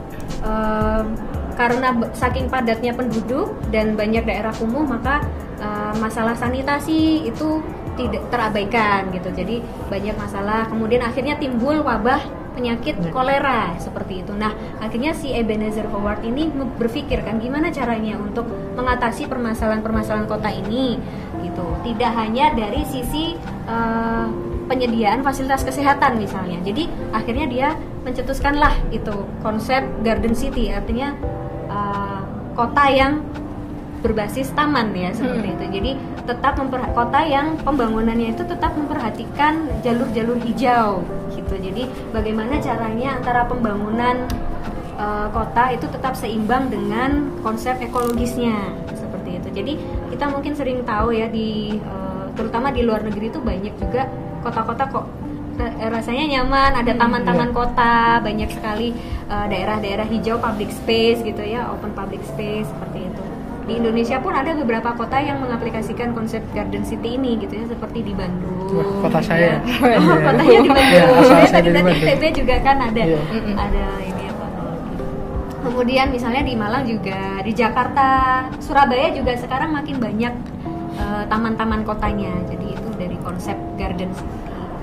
um, karena b- saking padatnya penduduk dan banyak daerah kumuh, maka uh, masalah sanitasi itu tidak terabaikan gitu. Jadi banyak masalah. Kemudian akhirnya timbul wabah penyakit kolera seperti itu. Nah, akhirnya si Ebenezer Howard ini berpikir kan gimana caranya untuk mengatasi permasalahan-permasalahan kota ini gitu. Tidak hanya dari sisi uh, penyediaan fasilitas kesehatan misalnya. Jadi akhirnya dia mencetuskanlah itu konsep Garden City, artinya uh, kota yang berbasis taman ya seperti Hmm. itu. Jadi tetap memper- kota yang pembangunannya itu tetap memperhatikan jalur-jalur hijau gitu. Jadi bagaimana caranya antara pembangunan uh, kota itu tetap seimbang dengan konsep ekologisnya seperti itu. Jadi kita mungkin sering tahu ya di uh, terutama di luar negeri itu banyak juga kota-kota kok eh, rasanya nyaman, ada taman-taman kota, banyak sekali uh, daerah-daerah hijau, public space gitu ya, open public space seperti itu. Di Indonesia pun ada beberapa kota yang mengaplikasikan konsep Garden City ini gitu ya, seperti di Bandung. Wah, kota saya. Ya. Oh, kotanya di Bandung. Ya, asal Ya, saya tadi dari tadi Bandung. I T B juga kan ada, Iya. ada ini apa? Kemudian misalnya di Malang juga, di Jakarta, Surabaya juga sekarang makin banyak eh, taman-taman kotanya. Jadi itu dari konsep Garden City.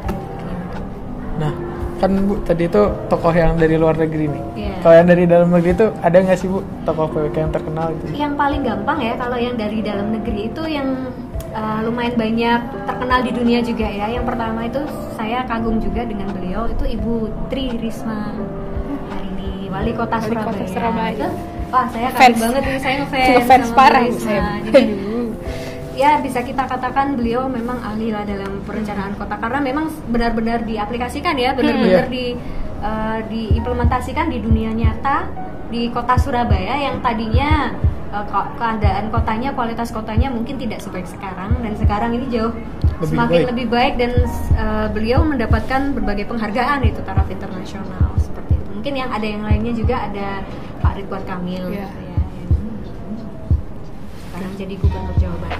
Nah, kan Bu tadi itu tokoh yang dari luar negeri nih. Iya. Kalau yang dari dalam negeri itu ada nggak sih Bu tokoh P W K yang terkenal gitu? Yang paling gampang ya kalau yang dari dalam negeri itu yang uh, lumayan banyak terkenal di dunia juga ya. Yang pertama itu saya kagum juga dengan beliau, itu Ibu Tri Risma hari ini wali kota Wali Surabaya. kota Surabaya. Itu Wah, saya Fans. kangen banget nih, saya ngefans. Ngefans sama parah Bu Risma. saya. Jadi ya bisa kita katakan beliau memang ahli lah dalam perencanaan kota karena memang benar-benar diaplikasikan ya, benar-benar Hmm. di uh, diimplementasikan di dunia nyata di kota Surabaya yang tadinya uh, ke- keadaan kotanya, kualitas kotanya mungkin tidak sebaik sekarang dan sekarang ini jauh Lebih semakin baik. lebih baik dan uh, beliau mendapatkan berbagai penghargaan itu taraf internasional seperti itu. Mungkin yang ada yang lainnya juga ada Pak Ridwan Kamil Iya. gitu ya, yang sekarang jadi gubernur Jawa Barat.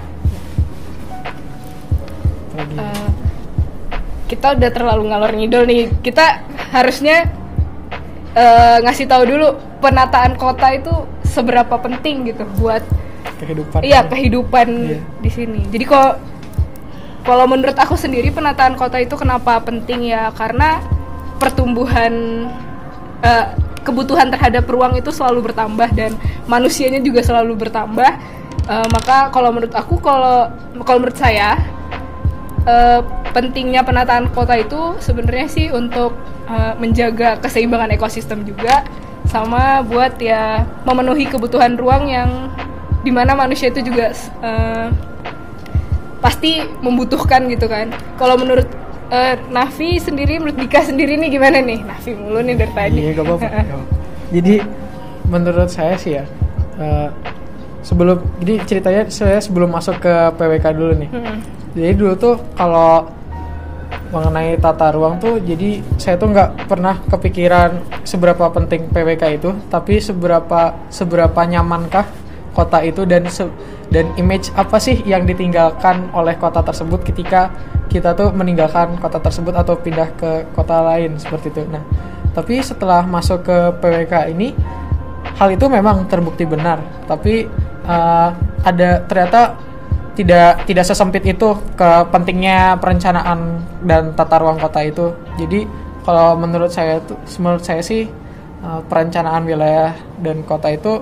Lagi. Eh, kita udah terlalu ngalor ngidul nih. Kita harusnya eh, ngasih tahu dulu penataan kota itu seberapa penting gitu buat kehidupan. iya kehidupan Iya. di sini. Jadi kalau kalau menurut aku sendiri penataan kota itu kenapa penting ya karena pertumbuhan eh, kebutuhan terhadap ruang itu selalu bertambah dan manusianya juga selalu bertambah. Eh, maka kalau menurut aku kalau kalau menurut saya Uh, pentingnya penataan kota itu sebenarnya sih untuk uh, menjaga keseimbangan ekosistem juga sama buat ya memenuhi kebutuhan ruang yang dimana manusia itu juga uh, pasti membutuhkan gitu kan. Kalau menurut uh, Nafi sendiri, menurut Dika sendiri nih gimana nih? Nafi mulu nih dari tadi. Iya, gak apa-apa. Gak apa-apa. Jadi menurut saya sih ya, uh, sebelum jadi ceritanya saya sebelum masuk ke P W K dulu nih. Hmm. Jadi dulu tuh kalau mengenai tata ruang tuh, jadi saya tuh nggak pernah kepikiran seberapa penting P W K itu, tapi seberapa seberapa nyamankah kota itu dan se, dan image apa sih yang ditinggalkan oleh kota tersebut ketika kita tuh meninggalkan kota tersebut atau pindah ke kota lain seperti itu. Nah, tapi setelah masuk ke P W K ini, hal itu memang terbukti benar, tapi uh, ada ternyata tidak tidak sesempit itu ke pentingnya perencanaan dan tata ruang kota itu. Jadi kalau menurut saya tuh menurut saya sih uh, perencanaan wilayah dan kota itu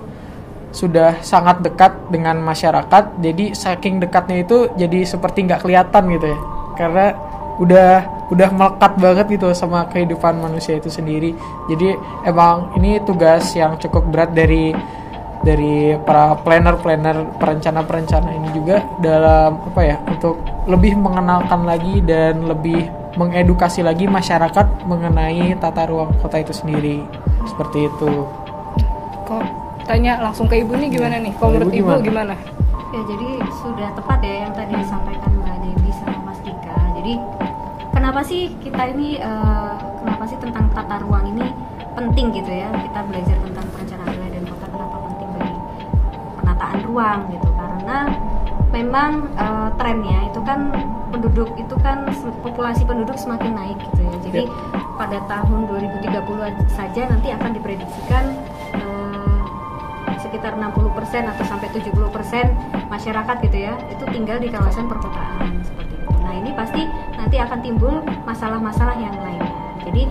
sudah sangat dekat dengan masyarakat. Jadi saking dekatnya itu jadi seperti nggak kelihatan gitu ya, karena udah udah melekat banget gitu sama kehidupan manusia itu sendiri. Jadi emang ini tugas yang cukup berat dari dari para planner-planner perencana-perencana ini juga dalam apa ya, untuk lebih mengenalkan lagi dan lebih mengedukasi lagi masyarakat mengenai tata ruang kota itu sendiri. Seperti itu. Kok tanya langsung ke Ibu nih gimana nih? Kalau Ibu menurut Ibu gimana? gimana? Ya, jadi sudah tepat ya yang tadi disampaikan Mbak Dewi sama Mas Dika. Jadi kenapa sih kita ini uh, kenapa sih tentang tata ruang ini penting gitu ya? Kita belajar tentang perencanaan wilayah dan kota kenapa penting bagi penataan ruang gitu? Karena memang uh, trennya itu kan penduduk itu kan populasi penduduk semakin naik gitu ya. Jadi Yep. pada tahun dua ribu tiga puluh saja nanti akan diprediksikan uh, sekitar enam puluh persen atau sampai tujuh puluh persen masyarakat gitu ya itu tinggal di kawasan perkotaan seperti itu. Nah, ini pasti nanti akan timbul masalah-masalah yang lainnya. Jadi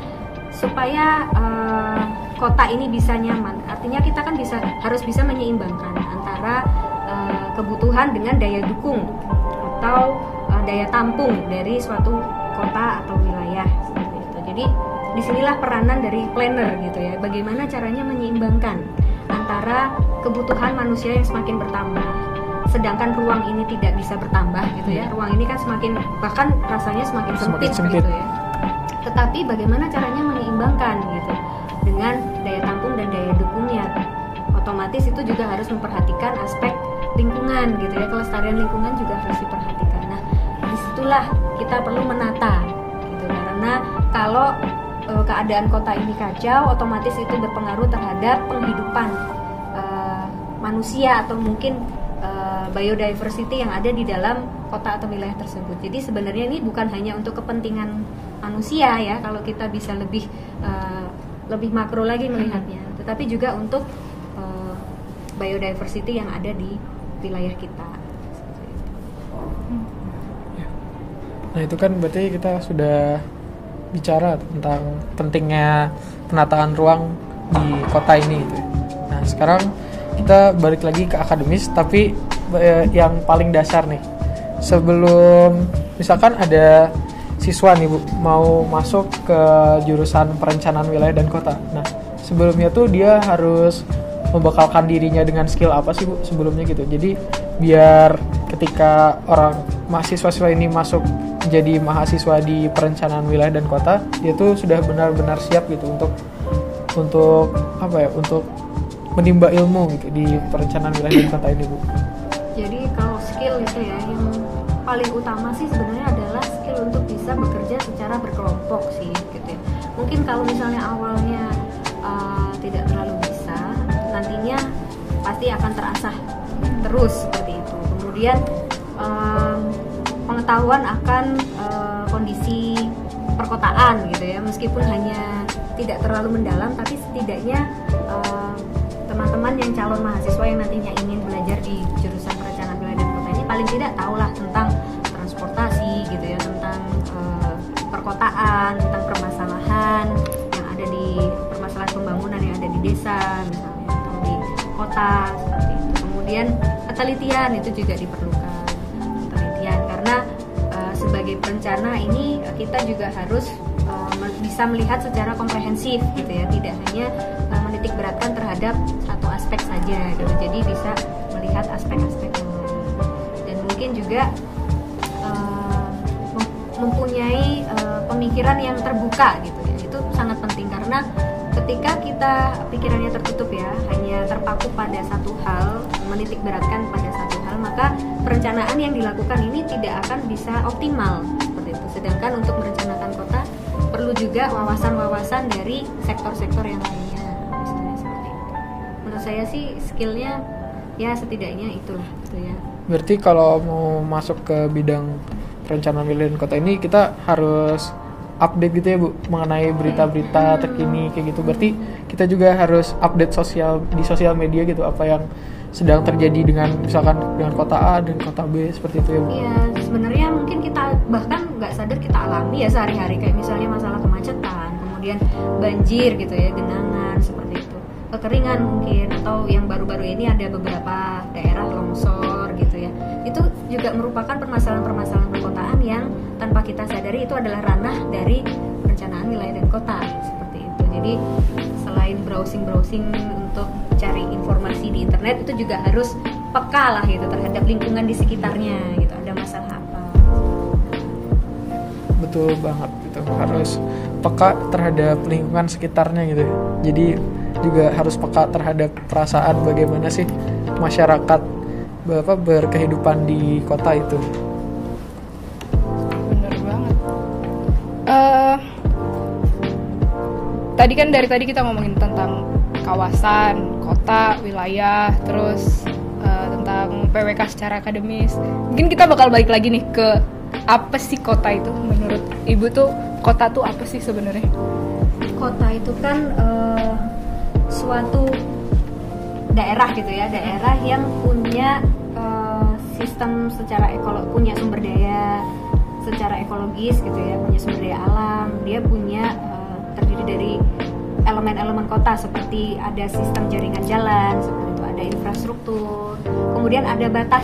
supaya uh, kota ini bisa nyaman, artinya kita kan bisa harus bisa menyeimbangkan antara uh, kebutuhan dengan daya dukung atau uh, daya tampung dari suatu kota atau wilayah seperti itu. Jadi disinilah peranan dari planner gitu ya. Bagaimana caranya menyeimbangkan antara kebutuhan manusia yang semakin bertambah, sedangkan ruang ini tidak bisa bertambah gitu ya. Ruang ini kan semakin bahkan rasanya semakin Semakin sempit, sempit. gitu ya. Tetapi bagaimana caranya menyeimbangkan gitu dengan daya tampung dan daya dukungnya. Otomatis itu juga harus memperhatikan aspek lingkungan gitu ya. Kelestarian lingkungan juga harus diperhatikan. Nah, disitulah kita perlu menata gitu. Karena kalau e, keadaan kota ini kacau, otomatis itu berpengaruh terhadap penghidupan e, manusia atau mungkin e, biodiversity yang ada di dalam kota atau wilayah tersebut. Jadi sebenarnya ini bukan hanya untuk kepentingan manusia ya, kalau kita bisa lebih e, lebih makro lagi melihatnya, tetapi juga untuk e, biodiversity yang ada di wilayah kita. Nah, itu kan berarti kita sudah bicara tentang pentingnya penataan ruang di kota ini gitu ya. Nah, sekarang kita balik lagi ke akademis, tapi eh, yang paling dasar nih. Sebelum misalkan ada siswa nih Bu mau masuk ke jurusan perencanaan wilayah dan kota. Nah, sebelumnya tuh dia harus membekalkan dirinya dengan skill apa sih Bu sebelumnya gitu. Jadi biar ketika orang mahasiswa ini masuk jadi mahasiswa di perencanaan wilayah dan kota, dia tuh sudah benar-benar siap gitu untuk untuk apa ya, untuk menimba ilmu gitu di perencanaan wilayah dan kota ini Bu. Jadi kalau skill itu ya yang paling utama sih sebenarnya adalah skill untuk bisa bekerja secara berkelompok sih gitu ya. Mungkin kalau misalnya awalnya uh, tidak terlalu bisa, nantinya pasti akan terasah terus seperti itu. Kemudian um, pengetahuan akan uh, kondisi perkotaan gitu ya, meskipun hanya tidak terlalu mendalam, tapi setidaknya uh, teman-teman yang calon mahasiswa yang nantinya ingin belajar di jurusan perencanaan wilayah dan kota ini paling tidak tahulah tentang transportasi gitu ya, tentang uh, perkotaan, tentang permasalahan yang ada di permasalahan pembangunan yang ada di desa misalnya atau di kota seperti itu. Kemudian ketelitian itu juga diperlukan, ketelitian karena uh, sebagai perencana ini uh, kita juga harus uh, bisa melihat secara komprehensif gitu ya, tidak hanya uh, menitik beratkan terhadap satu aspek saja gitu. Jadi bisa melihat aspek-aspek yang lain. Dan mungkin juga uh, mempunyai uh, pemikiran yang terbuka gitu ya. Itu sangat penting karena ketika kita pikirannya tertutup ya, hanya terpaku pada satu hal, menitik beratkan pada satu hal, maka perencanaan yang dilakukan ini tidak akan bisa optimal seperti itu. Sedangkan untuk merencanakan kota perlu juga wawasan-wawasan dari sektor-sektor yang lainnya, misalnya seperti itu. Menurut saya sih skillnya ya setidaknya itulah gitu ya. Berarti kalau mau masuk ke bidang perencanaan wilayah dan kota ini kita harus update gitu ya Bu mengenai berita-berita terkini kayak gitu. Berarti kita juga harus update sosial di sosial media gitu, apa yang sedang terjadi dengan misalkan dengan kota A dan kota B seperti itu ya Bu. Iya, sebenarnya mungkin kita bahkan nggak sadar kita alami ya sehari-hari, kayak misalnya masalah kemacetan, kemudian banjir gitu ya, genangan seperti itu, kekeringan mungkin, atau yang baru-baru ini ada beberapa daerah longsor gitu ya. Itu juga merupakan permasalahan-permasalahan perkotaan yang tanpa kita sadari itu adalah ranah dari perencanaan wilayah dan kota seperti itu. Jadi selain browsing-browsing untuk cari informasi di internet, itu juga harus peka lah gitu terhadap lingkungan di sekitarnya gitu, ada masalah apa. Betul banget gitu, harus peka terhadap lingkungan sekitarnya gitu. Jadi juga harus peka terhadap perasaan bagaimana sih masyarakat Bapak berkehidupan di kota itu. Bener banget. Uh, tadi kan dari tadi kita ngomongin tentang kawasan, kota, wilayah, terus uh, tentang P W K secara akademis. Mungkin kita bakal balik lagi nih ke apa sih kota itu menurut Ibu tuh, kota tuh apa sih sebenarnya? Kota itu kan uh, suatu daerah gitu ya, daerah yang punya uh, sistem secara ekolo punya sumber daya secara ekologis gitu ya, punya sumber daya alam, dia punya uh, terdiri dari elemen-elemen kota seperti ada sistem jaringan jalan seperti itu, ada infrastruktur, kemudian ada batas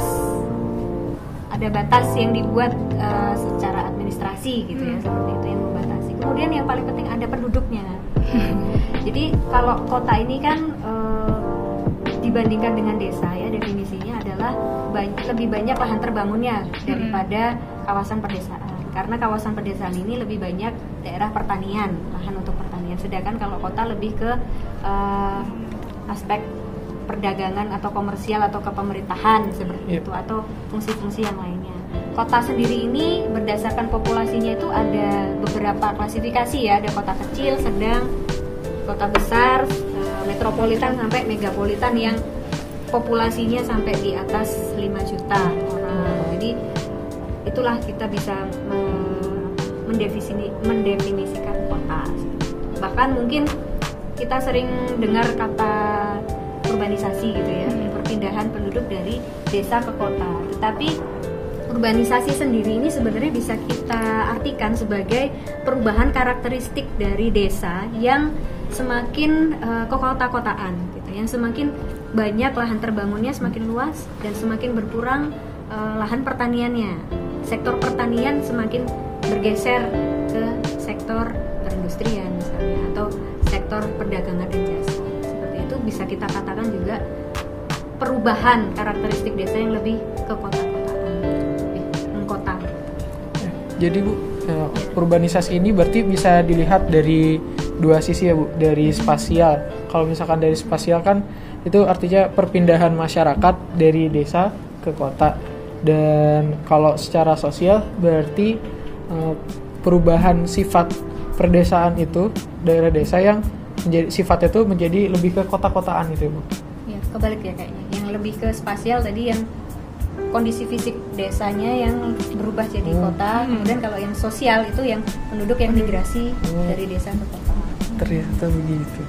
ada batas yang dibuat uh, secara administrasi gitu ya, seperti itu yang membatasi. Kemudian yang paling penting ada penduduknya. Jadi kalau kota ini kan uh, dibandingkan dengan desa ya, definisinya adalah banyak, lebih banyak lahan terbangunnya daripada kawasan pedesaan. Karena kawasan pedesaan ini lebih banyak daerah pertanian, lahan untuk pertanian. Sedangkan kalau kota lebih ke uh, aspek perdagangan atau komersial atau kepemerintahan seperti yep. itu, atau fungsi-fungsi yang lainnya. Kota sendiri ini berdasarkan populasinya itu ada beberapa klasifikasi ya, ada kota kecil, sedang, kota besar, metropolitan sampai megapolitan yang populasinya sampai di atas lima juta orang. Jadi itulah kita bisa mendefinisi, mendefinisikan kota. Bahkan mungkin kita sering dengar kata urbanisasi gitu ya, perpindahan penduduk dari desa ke kota. Tetapi urbanisasi sendiri ini sebenarnya bisa kita artikan sebagai perubahan karakteristik dari desa yang semakin uh, ke kota-kotaan gitu, yang semakin banyak lahan terbangunnya, semakin luas dan semakin berkurang uh, lahan pertaniannya. Sektor pertanian semakin bergeser ke sektor perindustrian misalnya, atau sektor perdagangan dan jasa seperti itu. itu bisa kita katakan juga perubahan karakteristik desa yang lebih ke kota-kotaan, eh, kota. Jadi Bu, ya, urbanisasi ini berarti bisa dilihat dari dua sisi ya Bu, dari spasial. Kalau misalkan dari spasial kan itu artinya perpindahan masyarakat dari desa ke kota. Dan kalau secara sosial berarti uh, perubahan sifat perdesaan itu, daerah desa yang menjadi sifatnya itu menjadi lebih ke kota-kotaan gitu Bu. Ya, kebalik ya kayaknya. Yang lebih ke spasial tadi yang kondisi fisik desanya yang berubah jadi hmm. kota. Kemudian kalau yang sosial itu yang penduduk yang migrasi hmm. dari desa ke kota. Ternyata begitu.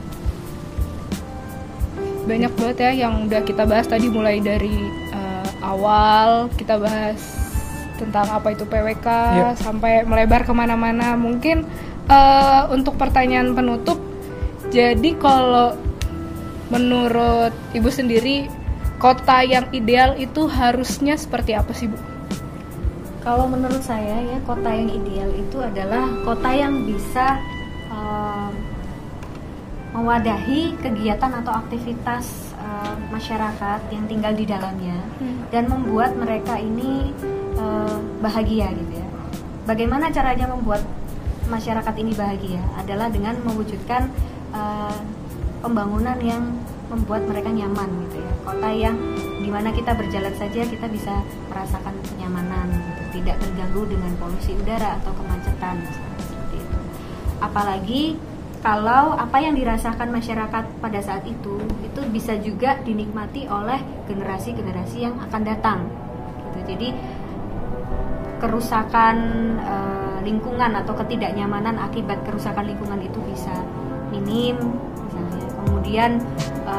Banyak banget ya yang udah kita bahas tadi, mulai dari uh, awal kita bahas tentang apa itu P W K yeah. sampai melebar kemana-mana. Mungkin uh, untuk pertanyaan penutup, jadi kalau menurut Ibu sendiri, kota yang ideal itu harusnya seperti apa sih Bu? Kalau menurut saya ya, kota yang ideal itu adalah kota yang bisa um, mewadahi kegiatan atau aktivitas uh, masyarakat yang tinggal di dalamnya hmm. dan membuat mereka ini uh, bahagia gitu ya. Bagaimana caranya membuat masyarakat ini bahagia? Adalah dengan mewujudkan uh, pembangunan yang membuat mereka nyaman gitu ya. Kota yang dimana kita berjalan saja kita bisa merasakan kenyamanan gitu. Tidak terganggu dengan polusi udara atau kemacetan seperti itu. Apalagi kalau apa yang dirasakan masyarakat pada saat itu itu bisa juga dinikmati oleh generasi-generasi yang akan datang gitu. Jadi kerusakan e, lingkungan atau ketidaknyamanan akibat kerusakan lingkungan itu bisa minim misalnya. Kemudian e,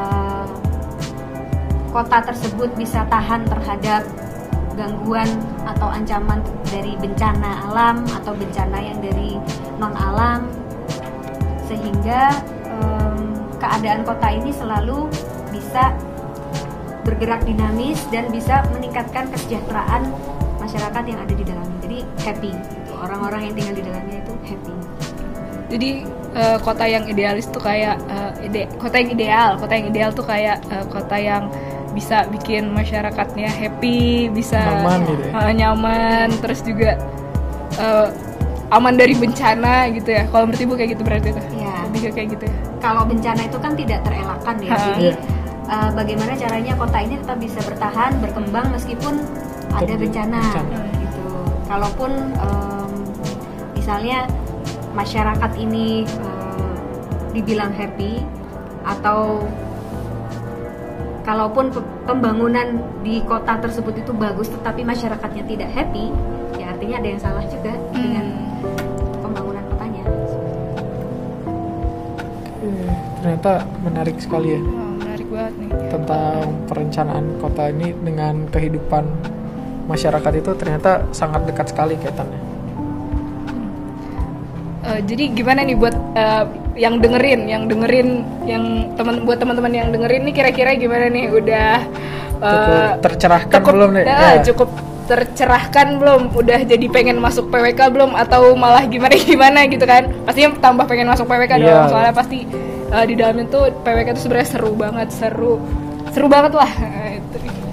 kota tersebut bisa tahan terhadap gangguan atau ancaman dari bencana alam atau bencana yang dari non alam, sehingga um, keadaan kota ini selalu bisa bergerak dinamis dan bisa meningkatkan kesejahteraan masyarakat yang ada di dalamnya. Jadi happy, gitu. Orang-orang yang tinggal di dalamnya itu happy. Jadi uh, kota yang idealis tuh kayak uh, ide, kota yang ideal, kota yang ideal tuh kayak uh, kota yang bisa bikin masyarakatnya happy, bisa nyaman, gitu ya? uh, nyaman, terus juga uh, aman dari bencana gitu ya. Kalau menurut Ibu kayak gitu berarti itu? Ya. Lebih kayak gitu ya. Kalau bencana itu kan tidak terelakkan ya. Ha. Jadi uh, bagaimana caranya kota ini tetap bisa bertahan, berkembang meskipun ada bencana, bencana. Gitu. Kalaupun um, misalnya masyarakat ini um, dibilang happy, atau kalaupun pembangunan di kota tersebut itu bagus tetapi masyarakatnya tidak happy, ya artinya ada yang salah juga hmm. dengan pembangunan kotanya. Hmm, ternyata menarik sekali ya. Oh, menarik banget nih. Tentang perencanaan kota ini dengan kehidupan masyarakat itu ternyata sangat dekat sekali kaitannya. Uh, jadi gimana nih buat uh, yang dengerin, yang dengerin, yang teman buat teman-teman yang dengerin nih kira-kira gimana nih, udah uh, cukup tercerahkan cukup, belum nih? Uh, ya. Cukup tercerahkan belum? Udah jadi pengen masuk P W K belum? Atau malah gimana gimana gitu kan? Pastinya tambah pengen masuk P W K yeah. dong. Soalnya pasti uh, di dalamnya tuh P W K itu sebenarnya seru banget, seru, seru banget lah. Itu.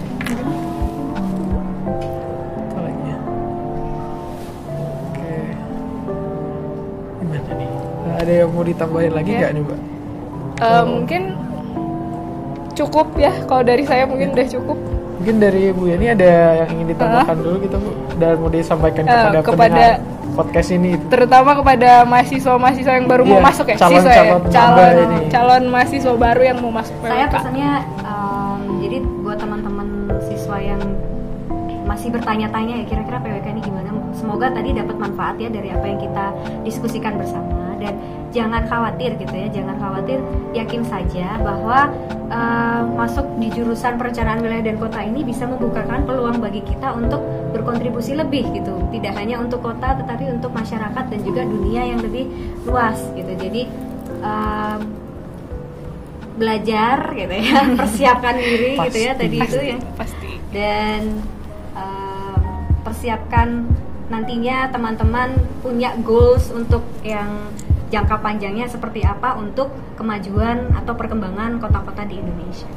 Ada yang mau ditambahin lagi nggak yeah. nih Mbak? Uh, oh. Mungkin cukup ya, kalau dari saya mungkin yeah. udah cukup. Mungkin dari Bu Yani ada yang ingin ditambahkan uh. dulu gitu Bu, dan mau disampaikan uh, kepada, kepada podcast ini gitu. Terutama kepada mahasiswa-mahasiswa yang baru yeah. mau masuk ya, calon, siswa calon, ya? calon, calon mahasiswa baru yang mau masuk P W K. Saya pesannya um, jadi buat teman-teman siswa yang masih bertanya-tanya ya kira-kira P W K ini gimana, semoga tadi dapat manfaat ya dari apa yang kita diskusikan bersama. Dan jangan khawatir gitu ya, jangan khawatir, yakin saja bahwa uh, masuk di jurusan perencanaan wilayah dan kota ini bisa membukakan peluang bagi kita untuk berkontribusi lebih gitu, tidak hanya untuk kota tetapi untuk masyarakat dan juga dunia yang lebih luas gitu. Jadi uh, belajar gitu ya, persiapkan diri pasti, gitu ya tadi pasti, itu ya pasti. Dan uh, persiapkan nantinya teman-teman punya goals untuk yang jangka panjangnya seperti apa untuk kemajuan atau perkembangan kota-kota di Indonesia.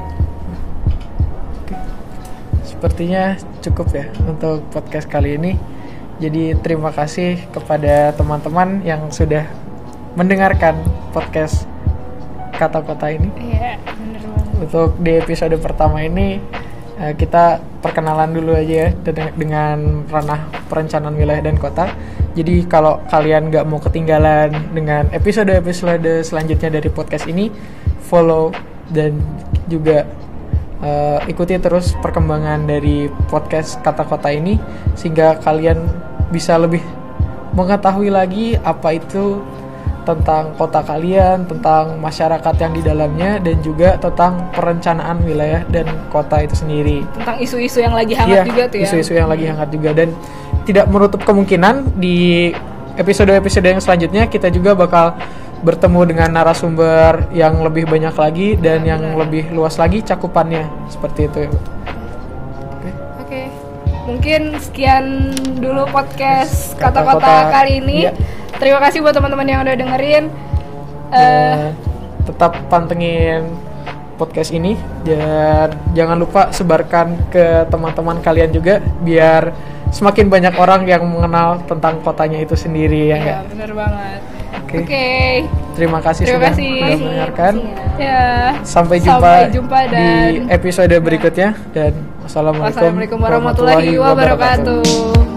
Sepertinya cukup ya untuk podcast kali ini. Jadi terima kasih kepada teman-teman yang sudah mendengarkan podcast Kata Kota ini. Iya, bener banget. Untuk di episode pertama ini kita perkenalan dulu aja ya dengan ranah perencanaan wilayah dan kota. Jadi kalau kalian nggak mau ketinggalan dengan episode-episode selanjutnya dari podcast ini, follow dan juga Uh, ikuti terus perkembangan dari podcast Kata Kota ini sehingga kalian bisa lebih mengetahui lagi apa itu tentang kota kalian, tentang masyarakat yang di dalamnya, dan juga tentang perencanaan wilayah dan kota itu sendiri. Tentang isu-isu yang lagi hangat iya, juga tuh ya. Isu-isu yang lagi hangat juga, dan tidak menutup kemungkinan di episode-episode yang selanjutnya kita juga bakal bertemu dengan narasumber yang lebih banyak lagi dan yang lebih luas lagi cakupannya, seperti itu ya Bu. Oke. Oke. Mungkin sekian dulu podcast Kata-Kota Kata-Kota kali ini. Iya. Terima kasih buat teman-teman yang udah dengerin. Dan Eh, tetap pantengin podcast ini dan jangan lupa sebarkan ke teman-teman kalian juga biar semakin banyak orang yang mengenal tentang kotanya itu sendiri ya ya, enggak? bener banget. Oke. Oke. Terima kasih Terima sudah, kasih. sudah mendengarkan. Ya. Sampai jumpa, Sampai jumpa dan di episode berikutnya dan wassalamualaikum, Wassalamualaikum warahmatullahi wabarakatuh.